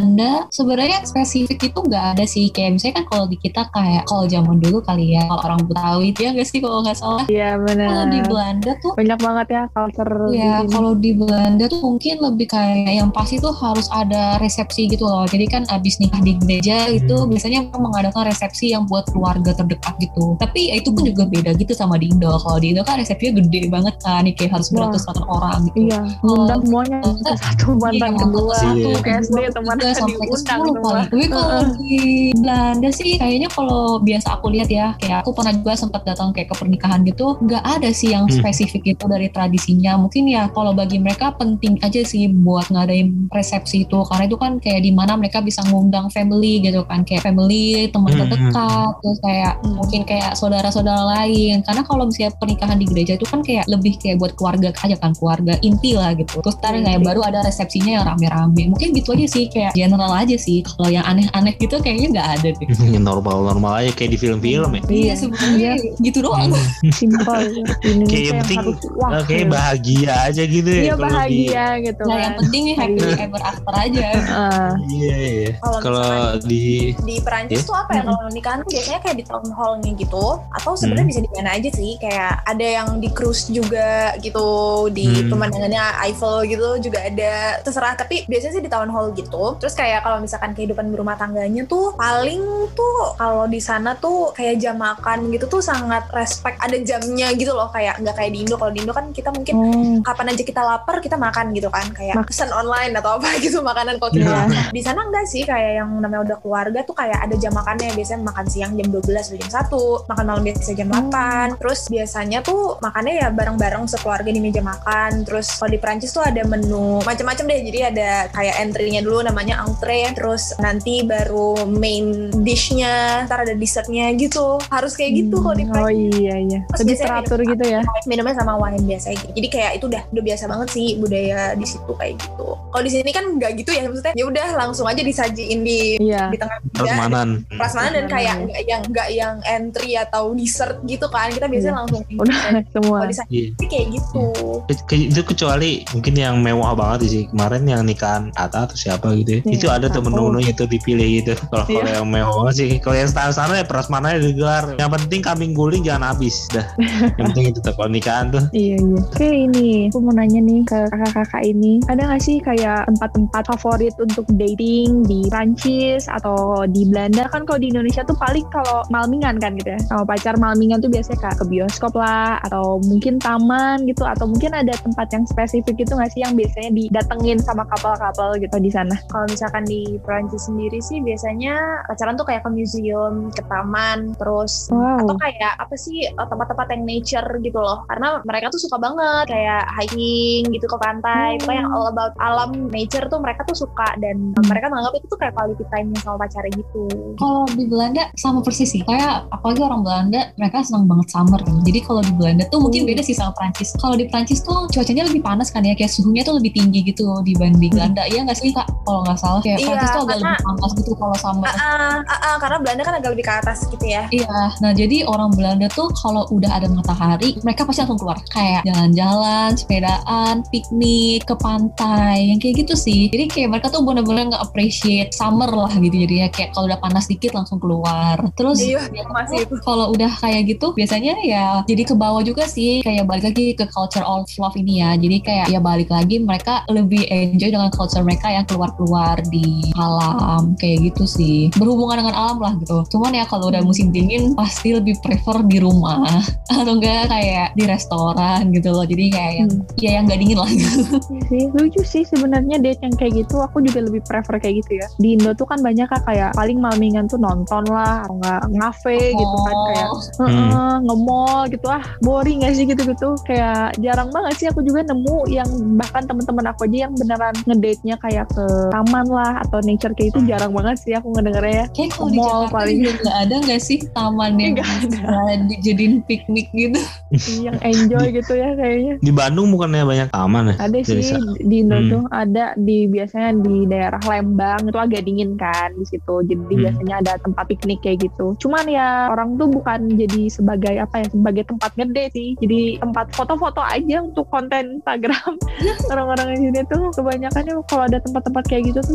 sebenarnya spesifik itu nggak ada sih. Kayak misalnya kan kalau di kita kayak kalau zaman dulu kali ya, kalau orang Betawi ya nggak sih kalau nggak salah. Iya benar. Kalau di Belanda tuh banyak banget ya culture. Iya, kalau di Belanda tuh mungkin lebih kayak yang pasti tuh harus ada resepsi gitu loh. Jadi kan abis nikah di gereja itu Hmm. biasanya mengadakan resepsi yang buat keluarga terdekat gitu. Tapi ya itu pun juga beda gitu sama di Indo. Kalau di Indo kan resepsinya gede banget kan, nih kayak harus Wah. beratus-ratus orang gitu. Iya, ngundang semuanya Belanda, satu mantan Iya, kedua, satu, ke S D teman tiga, sampai ke diundang sepuluh semua. kali. Tapi kalau di Belanda sih kayaknya kalau biasa aku lihat ya, kayak aku pernah juga sempat datang kayak ke pernikahan gitu, nggak ada sih yang Hmm. spesifik itu dari tradisinya. Mungkin ya kalau bagi mereka penting aja sih buat ngadain resepsi itu, karena itu kan kayak di mana mereka bisa ngundang family gitu kan, kayak family, teman Hmm. terdekat, terus kayak Hmm. mungkin kayak saudara-saudara lain. Karena kalau misalnya pernikahan di gereja itu kan kayak lebih kayak buat keluarga aja kan, keluarga inti lah gitu. Terus ntar kayak baru ada resepsinya yang rame-rame. Mungkin gitu aja sih, kayak general aja sih. Kalau yang aneh-aneh gitu kayaknya nggak ada deh. Yang normal-normal aja kayak di film-film ya. Iya sebenarnya gitu doang. Simpel ya. Di Kayak Indonesia yang yang penting harus wah. eh, kayak bahagia aja gitu ya. Iya kalau di- bahagia gitu Nah kan. yang penting nih happy ever after aja. Ah, Iya iya. Kalau Kalau misalkan di di Perancis Iya. tuh apa ya, kalau nikahan tuh biasanya kayak di town hall-nya gitu, atau sebenarnya Hmm. bisa di mana aja sih, kayak ada yang di cruise juga gitu, di Hmm. pemandangannya Eiffel gitu juga ada, terserah, tapi biasanya sih di town hall gitu. Terus kayak kalau misalkan kehidupan berumah tangganya tuh paling tuh kalau di sana tuh kayak jam makan gitu tuh sangat respect, ada jamnya gitu loh, kayak nggak kayak di Indo. Kalau di Indo kan kita mungkin oh, kapan aja kita lapar kita makan gitu kan, kayak Mak- pesan online atau apa gitu makanan kalau kita Iya. lapar. Di sana enggak sih, kayak yang namanya udah keluarga tuh kayak ada jam makannya, biasanya makan siang jam dua belas atau jam satu, makan malam biasa jam delapan. Terus biasanya tuh makannya ya bareng-bareng sekeluarga di meja makan. Terus kalau di Prancis tuh ada menu macam-macam deh, jadi ada kayak entry-nya dulu namanya entree, terus nanti baru main dish-nya, ntar ada dessertnya gitu, harus kayak gitu kalau di oh Prancis. iya iya. Terus Lebih biasanya teratur minum- gitu ya. minumnya sama wine biasa gitu. Jadi kayak itu udah udah biasa banget sih budaya di situ kayak gitu. Kalau di sini kan nggak gitu ya, maksudnya ya udah langsung aja disajiin di Iya. di tengah meja, prasmanan. prasmanan, dan Prasmanan, kayak ya. nggak yang nggak yang entry atau dessert gitu kan, kita biasanya Iya. langsung Udah semua. kalau di sana Iya. sih kayak gitu. Ke- ke- itu kecuali mungkin yang mewah banget sih, kemarin yang nikahan Ata atau siapa gitu ya. Iya, Itu ada tuh Ata. menu-menunya itu dipilih gitu. Kalau Iya. kalau yang mewah banget sih, kalau yang standar ya prasmanan digelar. Yang penting kambing guling jangan habis dah. Yang penting itu tuh kalau nikahan tuh. Iya iya. Oke ini, aku mau nanya nih ke kakak-kakak ini, ada nggak sih kayak tempat-tempat favorit untuk dating di Prancis atau di Belanda? Kan kalau di Indonesia tuh paling kalau malmingan kan gitu ya, sama pacar malmingan tuh biasanya kayak ke bioskop lah, atau mungkin taman gitu, atau mungkin ada tempat yang spesifik gitu nggak sih yang biasanya didatengin sama couple-couple gitu di sana? Kalau misalkan di Perancis sendiri sih biasanya pacaran tuh kayak ke museum, ke taman, terus Wow. atau kayak apa sih eh, tempat-tempat yang nature gitu loh, karena mereka tuh suka banget kayak hiking gitu ke pantai, Hmm. pokoknya yang all about alam nature tuh mereka tuh suka, dan Hmm. mereka menganggap itu tuh kayak quality time sama pacarnya gitu. Kalau di Belanda sama persis sih, kayak apalagi orang Belanda mereka senang banget summer kan. Jadi kalau di Belanda tuh mungkin beda sih sama Prancis. Kalau di Prancis tuh cuacanya lebih panas kan ya, kayak suhunya tuh lebih tinggi gitu dibanding Belanda. Iya nggak sih kak? Kalau nggak salah kayak Iya, Prancis tuh agak karena- lebih panas gitu kalau summer. Ah, ah, ah, ah, karena Belanda kan agak lebih ke atas gitu ya. Iya, nah jadi orang Belanda tuh kalau udah ada matahari, mereka pasti langsung keluar. Kayak jalan-jalan, sepedaan, piknik, ke pantai, yang kayak gitu sih. Jadi kayak mereka tuh bener-bener nge-appreciate summer lah gitu. Jadi ya kayak kalau udah panas dikit langsung keluar. Terus Iya, ya, masih itu. kalau udah kayak gitu, biasanya ya jadi ke bawah juga sih. Kayak balik lagi ke culture of love ini ya. Jadi kayak ya balik lagi mereka lebih enjoy dengan culture mereka yang keluar-keluar di alam. Kayak gitu sih. Berhubungan dengan alam lah gitu. Cuman ya kalau udah musim dingin pasti lebih prefer di rumah atau enggak kayak di restoran gitu loh. Jadi kayak yang Hmm. ya yang nggak dingin lah. Iya sih, lucu sih sebenarnya date yang kayak gitu. Aku juga lebih prefer kayak gitu ya. Di Indo tuh kan banyak kan kayak paling malmingan tuh nonton lah, atau nggak ngafe gitu kan, kayak Oh. heeh, nge-mall gitu, ah boring gak sih gitu-gitu. Kayak jarang banget sih aku juga nemu yang bahkan teman-teman aku aja yang beneran ngedate-nya kayak ke taman lah atau nature kayak itu jarang banget sih aku ngedengernya ya. Kayak kalau di Mall Jakarta paling. juga nggak ada nggak sih taman yang Nggak ada. bisa dijadiin piknik gitu? Yang enjoy gitu ya kayaknya. Di Bandung bukannya banyak taman ya? Ada Jadi sih sa- di Indo Hmm. tuh, ada di biasanya di daerah Lembang itu agak dingin kan di situ. Jadi Hmm. biasanya ada tempat piknik kayak gitu. Cuman ya orang tuh bukan jadi sebagai apa ya, sebagai tempat ngedate sih. Jadi tempat foto-foto aja untuk konten Instagram. Orang-orang di sini tuh kebanyakannya kalau ada tempat-tempat kayak gitu tuh ya udah aja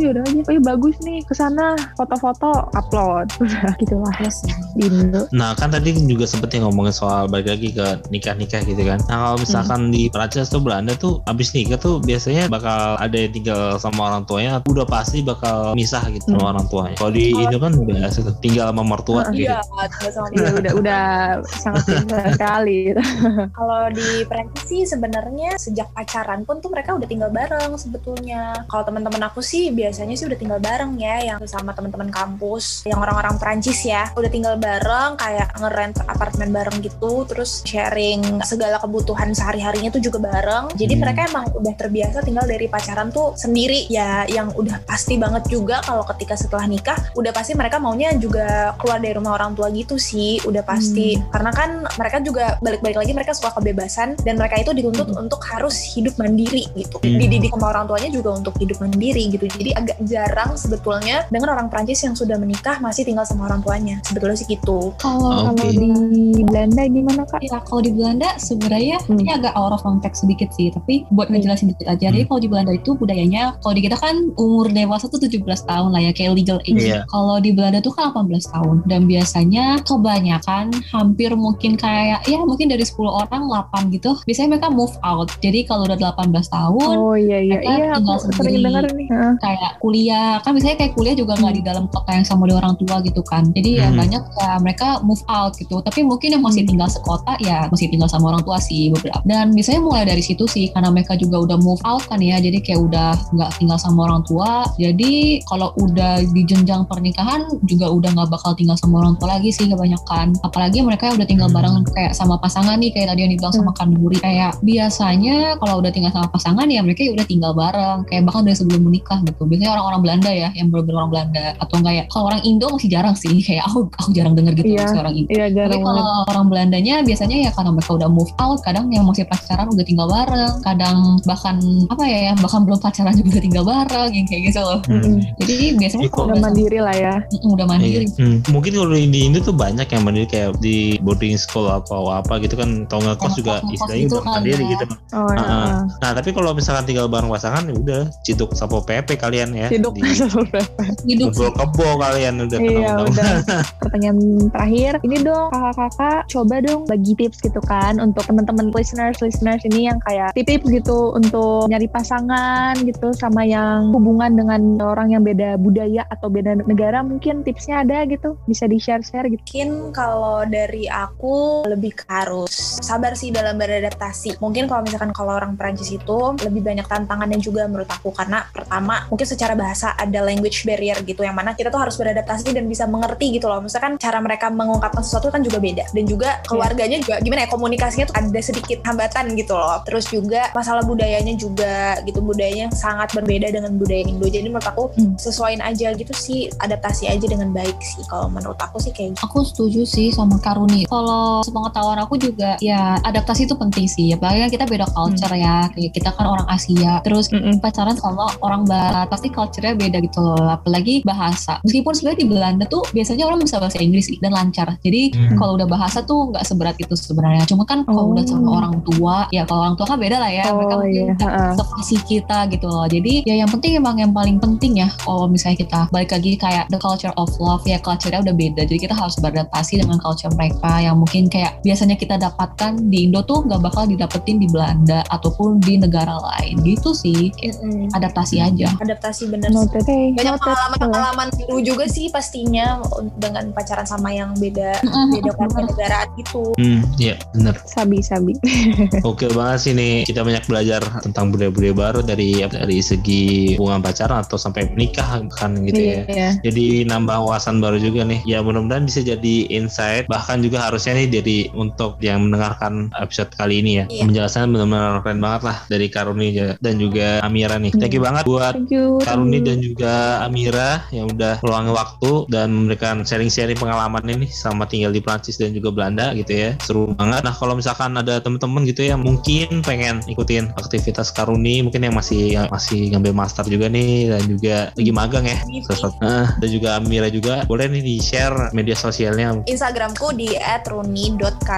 wih bagus nih kesana, foto-foto upload udah gitulah di Indo. Nah kan tadi juga sempet ya ngomongin soal balik lagi ke nikah-nikah gitu kan. Nah kalau misalkan hmm. di Perancis atau Belanda tuh abis nikah tuh biasanya bakal ada yang tinggal sama orang tuanya, udah pasti bakal misah gitu hmm. sama orang tuanya. Kalau di Indo kan biasa tuh tinggal sama mertua uh, gitu. Iya, sama iya udah udah sangat tinggal sekali. Kalau di Perancis sih sebenarnya sejak pacaran pun tuh mereka udah tinggal bareng sebetulnya. Kalau teman-teman aku sih biasanya sih udah tinggal bareng ya, yang sama teman-teman kampus, yang orang-orang Perancis ya, udah tinggal bareng kayak nge-rent apartemen bareng gitu, terus sharing segala kebutuhan sehari-harinya tuh juga bareng. Jadi hmm. mereka emang udah terbiasa tinggal dari pacaran tuh sendiri ya, yang udah pasti banget juga kalau ketika setelah nikah udah pasti mereka maunya juga keluar dari rumah orang tua gitu sih, udah pasti. Hmm. Karena kan mereka juga balik-balik lagi mereka suka kebebasan dan mereka itu dituntut hmm. untuk harus hidup mandiri gitu. Hmm. Dididik sama orang tuanya juga untuk hidup mandiri gitu. Jadi agak jarang sebetulnya dengan orang Prancis yang sudah menikah masih tinggal sama orang tuanya. Sebetulnya sih gitu. Kalau okay. kalau di Belanda gimana Kak? Ya kalau di Belanda sebenarnya hmm. ini agak out of context sedikit sih, tapi buat ngejelasin dikit aja. Jadi hmm. kalau di Belanda itu budayanya, kalau di kita kan umur dewasa tuh tujuh belas tahun lah ya, kayak legal age. Yeah. Kalau di Belanda tuh kan delapan belas tahun, dan biasanya kebanyakan hampir mungkin kayak ya mungkin dari sepuluh orang delapan gitu biasanya mereka move out. Jadi kalau udah delapan belas tahun oh iya iya iya tinggal aku sering dengar nih uh. kayak kuliah kan, misalnya kayak kuliah juga nggak hmm. di dalam kota yang sama dengan orang tua gitu kan. Jadi hmm. ya banyak ya mereka move out gitu. Tapi mungkin yang masih tinggal sekota ya masih tinggal sama orang tua sih beberapa. Dan biasanya mulai dari situ sih, karena mereka juga udah move out kan ya. Jadi kayak udah nggak tinggal sama orang tua. Jadi kalau udah di jenjang pernikahan juga udah nggak bakal tinggal sama orang tua lagi sih kebanyakan. Apalagi mereka yang udah tinggal bareng kayak sama pasangan nih, kayak tadi yang dibilang sama Kanduri. Kayak biasanya kalau udah tinggal sama pasangan ya mereka ya udah tinggal bareng. Kayak bahkan dari sebelum menikah gitu. Biasanya orang-orang Belanda ya, yang bener-bener orang Belanda. Atau enggak ya, kalau orang Indo masih jarang sih. Kayak aku aku jarang denger gitu iya, orang Indo. Iya, tapi kalau orang Belandanya biasanya ya karena mereka udah move out, kadang yang masih pacaran udah tinggal bareng. Kadang bahkan apa ya, bahkan belum pacaran juga tinggal bareng, yang kayak gitu loh. Hmm. Jadi biasanya kalau udah mandiri lah ya. Udah mandiri. Hmm. Mungkin kalau di Indo tuh banyak yang mandiri kayak di boarding school atau apa gitu kan, atau ngekos juga istilahnya udah mandiri ya. Gitu. Oh, ya. uh, nah tapi kalau misalkan tinggal bareng pasangan ya udah ciduk sapo pepe kalian ya. Ciduk sapo pepe. Kumpul kebo kalian udah. Iya udah. Pertanyaan terakhir, ini dong kakak-kakak coba dong bagi tips gitu kan untuk teman-teman listeners listeners ini yang kayak tips gitu untuk nyari pasangan gitu sama yang hubungan dengan orang yang beda budaya atau beda negara, mungkin tipsnya ada gitu bisa di share-share gitu. Mungkin kalau dari aku lebih ke harus sabar sih dalam beradaptasi. Mungkin kalau misalkan kalau orang Perancis itu lebih banyak tantangannya juga menurut aku, karena pertama mungkin secara bahasa ada language barrier gitu, yang mana kita tuh harus beradaptasi dan bisa mengerti gitu loh. Misalkan cara mereka mengungkapkan sesuatu kan juga beda, dan juga keluarganya juga gimana ya, komunikasinya tuh ada sedikit hambatan gitu loh. Terus juga masalah budayanya juga gitu, budayanya sangat berbeda dengan budaya Indo. Jadi menurut aku hmm. sesuaiin aja gitu sih, adaptasi aja dengan baik sih kalau menurut aku sih kayak gitu. Aku setuju sih sama Karuni. Kalau sepengetahuan aku juga ya adaptasi itu penting sih, apalagi kan kita beda culture hmm. ya, kayak kita kan orang Asia terus hmm. pacaran sama orang Barat pasti culture-nya beda gitu loh. Apalagi bahasa, meskipun sebenarnya di Belanda tuh biasanya orang bisa bahasa Inggris dan lancar, jadi hmm. kalau udah bahasa tuh nggak seberat itu sebenarnya. Cuma kan kalau oh. udah sama orang tua ya, kalau orang tua kan beda lah ya, oh, mereka mungkin iya. sepasi kita gitu loh. Jadi ya yang penting emang yang paling penting ya, kalau misalnya kita balik lagi kayak the culture of love ya, culture-nya udah beda, jadi kita harus beradaptasi dengan culture mereka yang mungkin kayak biasanya kita dapatkan di Indo tuh nggak bakal didapetin di Belanda ataupun di negara lain gitu sih. Mm-hmm. Adaptasi aja. Adaptasi bener sih. Banyak pengalaman-pengalaman baru juga sih pastinya dengan pacaran sama yang beda mm-hmm. beda kewarganegaraan gitu. Hmm, iya bener. Sabi-sabi. Oke banget sih nih, kita banyak belajar tentang budaya-budaya baru dari dari segi hubungan pacaran atau sampai menikah kan gitu ya. Yeah. Jadi nambah wawasan baru juga nih. Ya mudah-mudahan bisa jadi insight, bahkan juga harusnya nih jadi untuk yang mendengarkan episode kali ini ya. Yeah. Penjelasan benar-benar keren banget lah dari Karuni dan juga Amira nih. Thank you banget buat you, Karuni dan juga Amira yang udah meluangkan waktu dan memberikan sharing-sharing pengalaman ini sama tinggal di Prancis dan juga Belanda gitu ya. Seru banget. Nah kalau misalkan ada teman-teman gitu ya mungkin pengen ikutin aktivitas Karuni, mungkin yang masih masih ngambil master juga nih dan juga lagi magang ya. Nah, dan juga Amira juga boleh nih di share media sosialnya. Instagramku di at runi dot karnita.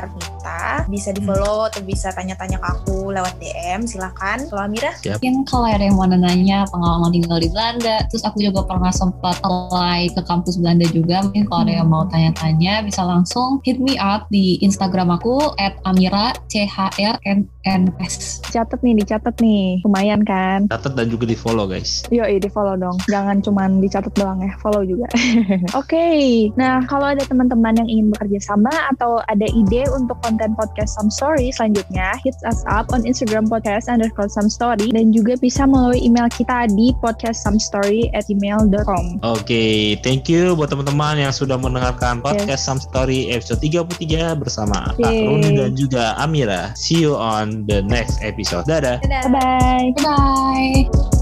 Jakarta. Bisa di follow atau bisa tanya-tanya ke aku lewat D M, silakan. Kalau Amira? Siap. Yang kalau ada yang mau nanya pengalaman tinggal di Belanda, terus aku juga pernah sempat apply ke kampus Belanda juga. Mungkin kalau ada yang mau tanya-tanya bisa langsung hit me up di Instagram aku at amira c h r n n s. Catat nih, dicatat nih. Lumayan kan? Catat dan juga di follow guys. Yoi, di follow dong. Jangan cuman dicatat doang ya, follow juga. Oke, okay. Nah kalau ada teman-teman yang ingin bekerja sama atau ada ide untuk konten podcast Some Story selanjutnya, hit us up on Instagram podcast underscore some story dan juga bisa melalui email kita di podcastsomstory at gmail dot com. Oke, okay, thank you buat teman-teman yang sudah mendengarkan podcast yes. Some Story episode tiga puluh tiga bersama Kak Runi dan juga Amira. See you on the next episode. Dadah. Dadah. Bye-bye. Bye.